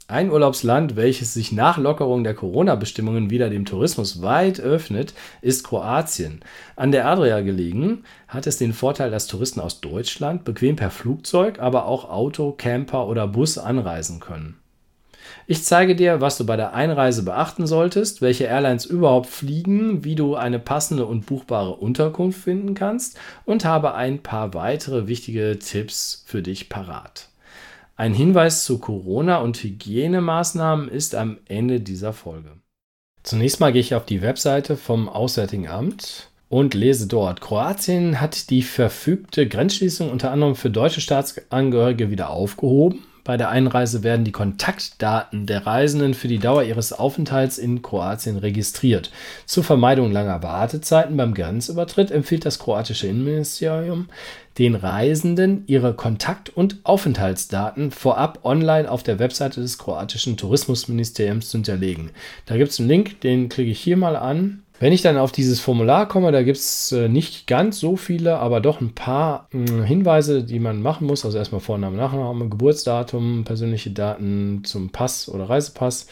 Ein Urlaubsland, welches sich nach Lockerung der Corona-Bestimmungen wieder dem Tourismus weit öffnet, ist Kroatien. An der Adria gelegen, hat es den Vorteil, dass Touristen aus Deutschland bequem per Flugzeug, aber auch Auto, Camper oder Bus anreisen können. Ich zeige dir, was du bei der Einreise beachten solltest, welche Airlines überhaupt fliegen, wie du eine passende und buchbare Unterkunft finden kannst und habe ein paar weitere wichtige Tipps für dich parat. Ein Hinweis zu Corona- und Hygienemaßnahmen ist am Ende dieser Folge. Zunächst mal gehe ich auf die Webseite vom Auswärtigen Amt und lese dort: Kroatien hat die verfügte Grenzschließung unter anderem für deutsche Staatsangehörige wieder aufgehoben. Bei der Einreise werden die Kontaktdaten der Reisenden für die Dauer ihres Aufenthalts in Kroatien registriert. Zur Vermeidung langer Wartezeiten beim Grenzübertritt empfiehlt das kroatische Innenministerium den Reisenden, ihre Kontakt- und Aufenthaltsdaten vorab online auf der Webseite des kroatischen Tourismusministeriums zu hinterlegen. Da gibt es einen Link, den klicke ich hier mal an. Wenn ich dann auf dieses Formular komme, da gibt es nicht ganz so viele, aber doch ein paar Hinweise, die man machen muss. Also erstmal Vorname, Nachname, Geburtsdatum, persönliche Daten zum Pass oder Reisepass,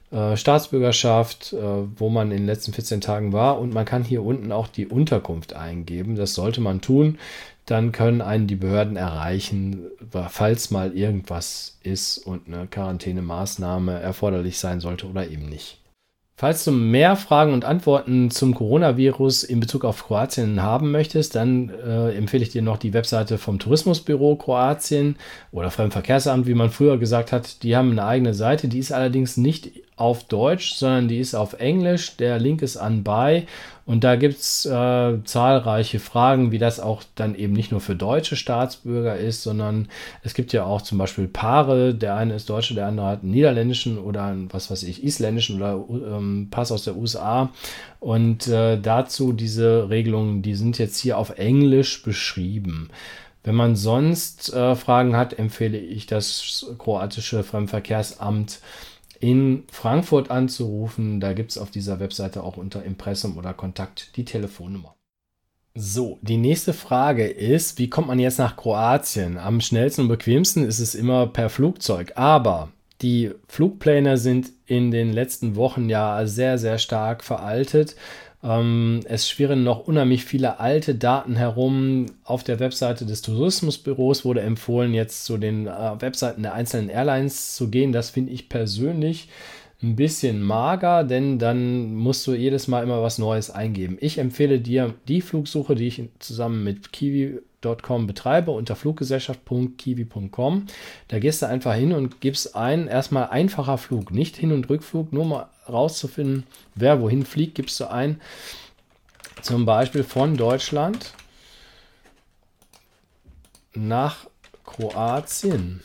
Staatsbürgerschaft, wo man in den letzten 14 Tagen war, und man kann hier unten auch die Unterkunft eingeben. Das sollte man tun. Dann können einen die Behörden erreichen, falls mal irgendwas ist und eine Quarantänemaßnahme erforderlich sein sollte oder eben nicht. Falls du mehr Fragen und Antworten zum Coronavirus in Bezug auf Kroatien haben möchtest, dann empfehle ich dir noch die Webseite vom Tourismusbüro Kroatien oder Fremdenverkehrsamt, wie man früher gesagt hat. Die haben eine eigene Seite, die ist allerdings nicht auf Deutsch, sondern die ist auf Englisch. Der Link ist anbei. Und da gibt es zahlreiche Fragen, wie das auch dann eben nicht nur für deutsche Staatsbürger ist, sondern es gibt ja auch zum Beispiel Paare. Der eine ist Deutsche, der andere hat einen niederländischen oder einen, was weiß ich, isländischen oder Pass aus der USA. Und dazu diese Regelungen, die sind jetzt hier auf Englisch beschrieben. Wenn man sonst Fragen hat, empfehle ich das kroatische Fremdenverkehrsamt in Frankfurt anzurufen. Da gibt es auf dieser Webseite auch unter Impressum oder Kontakt die Telefonnummer. So, die nächste Frage ist, wie kommt man jetzt nach Kroatien? Am schnellsten und bequemsten ist es immer per Flugzeug, aber die Flugpläne sind in den letzten Wochen ja sehr, sehr stark veraltet. Es schwirren noch unheimlich viele alte Daten herum. Auf der Webseite des Tourismusbüros wurde empfohlen, jetzt zu den Webseiten der einzelnen Airlines zu gehen. Das finde ich persönlich ein bisschen mager, denn dann musst du jedes Mal immer was Neues eingeben. Ich empfehle dir die Flugsuche, die ich zusammen mit kiwi.com betreibe, unter fluggesellschaft.kiwi.com. Da gehst du einfach hin und gibst ein, erstmal einfacher Flug, nicht Hin- und Rückflug, nur mal rauszufinden, wer wohin fliegt, gibst du ein, zum Beispiel von Deutschland nach Kroatien.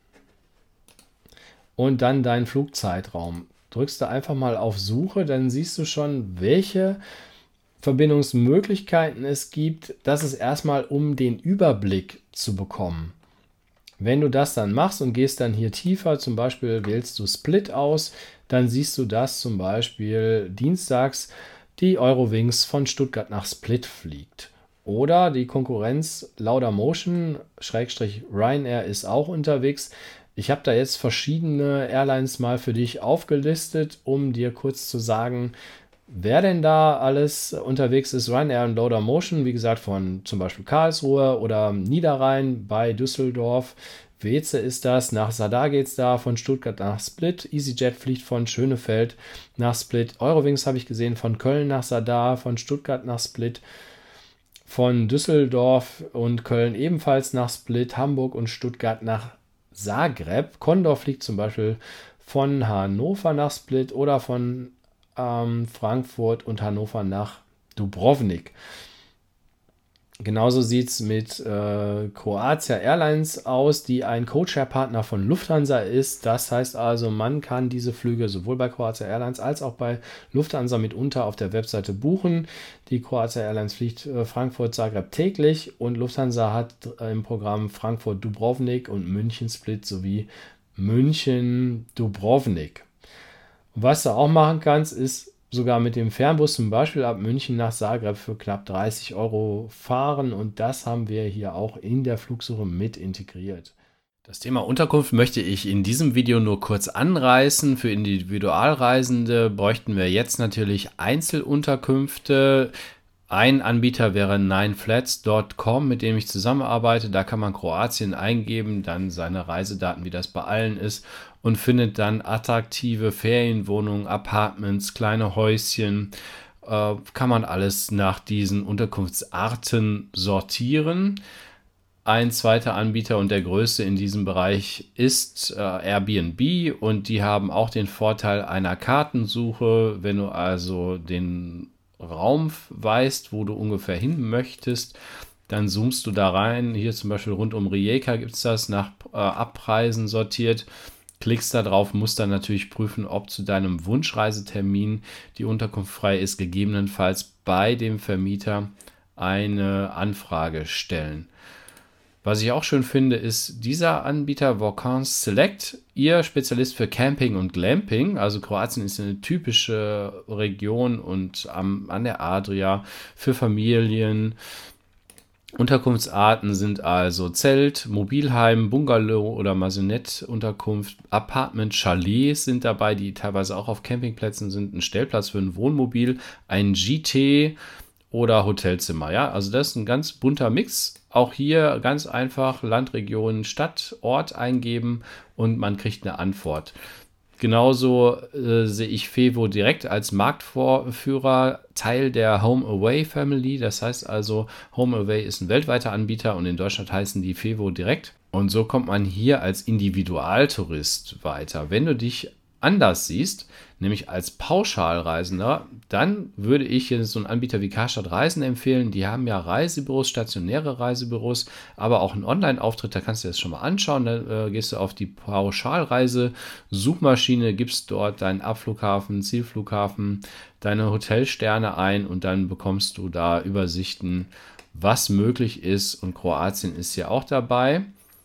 Und dann deinen Flugzeitraum. Drückst du einfach mal auf Suche, dann siehst du schon, welche Verbindungsmöglichkeiten es gibt. Das ist erstmal, um den Überblick zu bekommen. Wenn du das dann machst und gehst dann hier tiefer, zum Beispiel wählst du Split aus, dann siehst du, dass zum Beispiel dienstags die Eurowings von Stuttgart nach Split fliegt. Oder die Konkurrenz Laudamotion, Ryanair ist auch unterwegs. Ich habe da jetzt verschiedene Airlines mal für dich aufgelistet, um dir kurz zu sagen, wer denn da alles unterwegs ist. Ryanair und Laudamotion, wie gesagt, von zum Beispiel Karlsruhe oder Niederrhein bei Düsseldorf. Weze ist das, nach Zadar geht es da, von Stuttgart nach Split. EasyJet fliegt von Schönefeld nach Split. Eurowings habe ich gesehen, von Köln nach Zadar, von Stuttgart nach Split. Von Düsseldorf und Köln ebenfalls nach Split, Hamburg und Stuttgart nach Zagreb. Condor fliegt zum Beispiel von Hannover nach Split oder von Frankfurt und Hannover nach Dubrovnik. Genauso sieht es mit Croatia Airlines aus, die ein Codeshare-Partner von Lufthansa ist. Das heißt also, man kann diese Flüge sowohl bei Croatia Airlines als auch bei Lufthansa mitunter auf der Webseite buchen. Die Croatia Airlines fliegt Frankfurt-Zagreb täglich und Lufthansa hat im Programm Frankfurt-Dubrovnik und München-Split sowie München-Dubrovnik. Was du auch machen kannst, ist sogar mit dem Fernbus zum Beispiel ab München nach Zagreb für knapp 30 € fahren, und das haben wir hier auch in der Flugsuche mit integriert. Das Thema Unterkunft möchte ich in diesem Video nur kurz anreißen. Für Individualreisende bräuchten wir jetzt natürlich Einzelunterkünfte. Ein Anbieter wäre 9flats.com, mit dem ich zusammenarbeite. Da kann man Kroatien eingeben, dann seine Reisedaten, wie das bei allen ist, und findet dann attraktive Ferienwohnungen, Apartments, kleine Häuschen. Kann man alles nach diesen Unterkunftsarten sortieren. Ein zweiter Anbieter und der größte in diesem Bereich ist Airbnb, und die haben auch den Vorteil einer Kartensuche. Wenn du also den Raum weißt, wo du ungefähr hin möchtest, dann zoomst du da rein. Hier zum Beispiel rund um Rijeka gibt es das, nach Abreisen sortiert. Klickst da drauf, musst dann natürlich prüfen, ob zu deinem Wunschreisetermin die Unterkunft frei ist, gegebenenfalls bei dem Vermieter eine Anfrage stellen. Was ich auch schön finde, ist dieser Anbieter Vacances Select, ihr Spezialist für Camping und Glamping. Also Kroatien ist eine typische Region und an der Adria für Familien. Unterkunftsarten sind also Zelt, Mobilheim, Bungalow oder Maisonette-Unterkunft, Apartment, Chalets sind dabei, die teilweise auch auf Campingplätzen sind, ein Stellplatz für ein Wohnmobil, ein GT oder Hotelzimmer. Ja, also das ist ein ganz bunter Mix. Auch hier ganz einfach Landregion, Stadt, Ort eingeben und man kriegt eine Antwort. Genauso sehe ich Fevo direkt als Marktführer, Teil der HomeAway Family. Das heißt also, HomeAway ist ein weltweiter Anbieter und in Deutschland heißen die Fevo direkt. Und so kommt man hier als Individualtourist weiter. Wenn du dich anders siehst, nämlich als Pauschalreisender, dann würde ich jetzt so einen Anbieter wie Karstadt Reisen empfehlen. Die haben ja Reisebüros, stationäre Reisebüros, aber auch einen Online-Auftritt, da kannst du dir das schon mal anschauen. Da gehst du auf die Pauschalreise-Suchmaschine, gibst dort deinen Abflughafen, Zielflughafen, deine Hotelsterne ein und dann bekommst du da Übersichten, was möglich ist, und Kroatien ist ja auch dabei.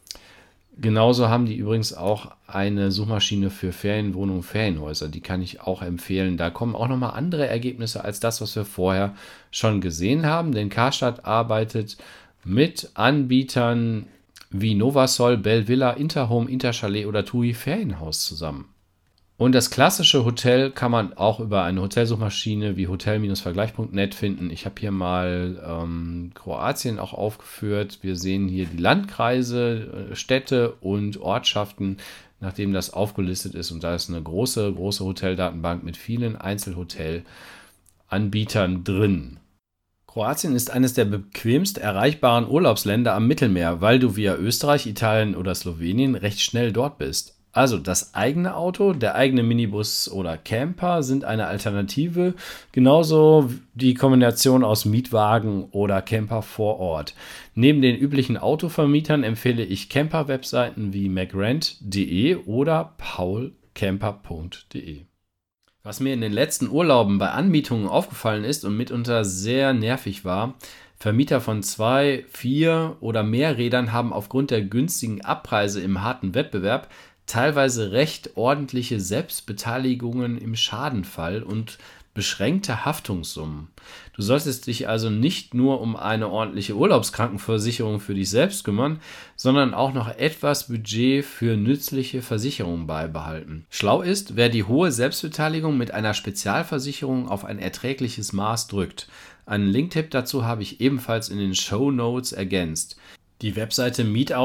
Genauso haben die übrigens auch eine Suchmaschine für Ferienwohnungen, Ferienhäuser. Die kann ich auch empfehlen. Da kommen auch nochmal andere Ergebnisse als das, was wir vorher schon gesehen haben. Denn Karstadt arbeitet mit Anbietern wie Novasol, Belvilla, Interhome, Interchalet oder TUI Ferienhaus zusammen. Und das klassische Hotel kann man auch über eine Hotelsuchmaschine wie hotel-vergleich.net finden. Ich habe hier mal Kroatien auch aufgeführt. Wir sehen hier die Landkreise, Städte und Ortschaften, nachdem das aufgelistet ist. Und da ist eine große Hoteldatenbank mit vielen Einzelhotelanbietern drin. Kroatien ist eines der bequemst erreichbaren Urlaubsländer am Mittelmeer, weil du via Österreich, Italien oder Slowenien recht schnell dort bist. Also das eigene Auto, der eigene Minibus oder Camper sind eine Alternative, genauso die Kombination aus Mietwagen oder Camper vor Ort. Neben den üblichen Autovermietern empfehle ich Camper-Webseiten wie macrent.de oder paulcamper.de. Was mir in den letzten Urlauben bei Anmietungen aufgefallen ist und mitunter sehr nervig war: Vermieter von 2, 4 oder mehr Rädern haben aufgrund der günstigen Abpreise im harten Wettbewerb teilweise recht ordentliche Selbstbeteiligungen im Schadenfall und beschränkte Haftungssummen. Du solltest dich also nicht nur um eine ordentliche Urlaubskrankenversicherung für dich selbst kümmern, sondern auch noch etwas Budget für nützliche Versicherungen beibehalten. Schlau ist, wer die hohe Selbstbeteiligung mit einer Spezialversicherung auf ein erträgliches Maß drückt. Einen Linktipp dazu habe ich ebenfalls in den Shownotes ergänzt. Die Webseite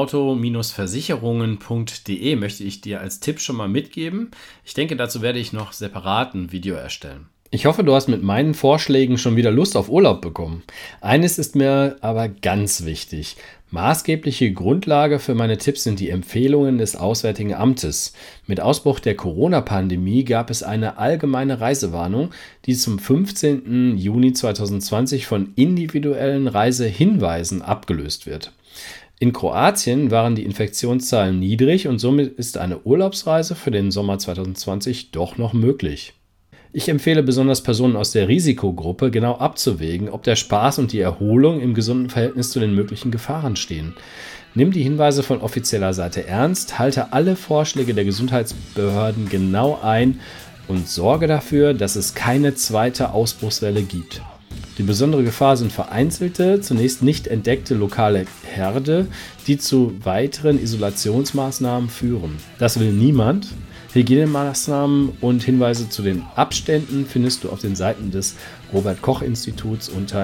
mietauto-versicherungen.de möchte ich dir als Tipp schon mal mitgeben. Ich denke, dazu werde ich noch separat ein Video erstellen. Ich hoffe, du hast mit meinen Vorschlägen schon wieder Lust auf Urlaub bekommen. Eines ist mir aber ganz wichtig. Maßgebliche Grundlage für meine Tipps sind die Empfehlungen des Auswärtigen Amtes. Mit Ausbruch der Corona-Pandemie gab es eine allgemeine Reisewarnung, die zum 15. Juni 2020 von individuellen Reisehinweisen abgelöst wird. In Kroatien waren die Infektionszahlen niedrig und somit ist eine Urlaubsreise für den Sommer 2020 doch noch möglich. Ich empfehle besonders Personen aus der Risikogruppe genau abzuwägen, ob der Spaß und die Erholung im gesunden Verhältnis zu den möglichen Gefahren stehen. Nimm die Hinweise von offizieller Seite ernst, halte alle Vorschläge der Gesundheitsbehörden genau ein und sorge dafür, dass es keine zweite Ausbruchswelle gibt. Die besondere Gefahr sind vereinzelte, zunächst nicht entdeckte lokale Herde, die zu weiteren Isolationsmaßnahmen führen. Das will niemand. Hygienemaßnahmen und Hinweise zu den Abständen findest du auf den Seiten des Robert-Koch-Instituts unter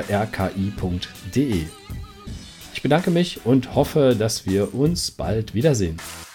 rki.de. Ich bedanke mich und hoffe, dass wir uns bald wiedersehen.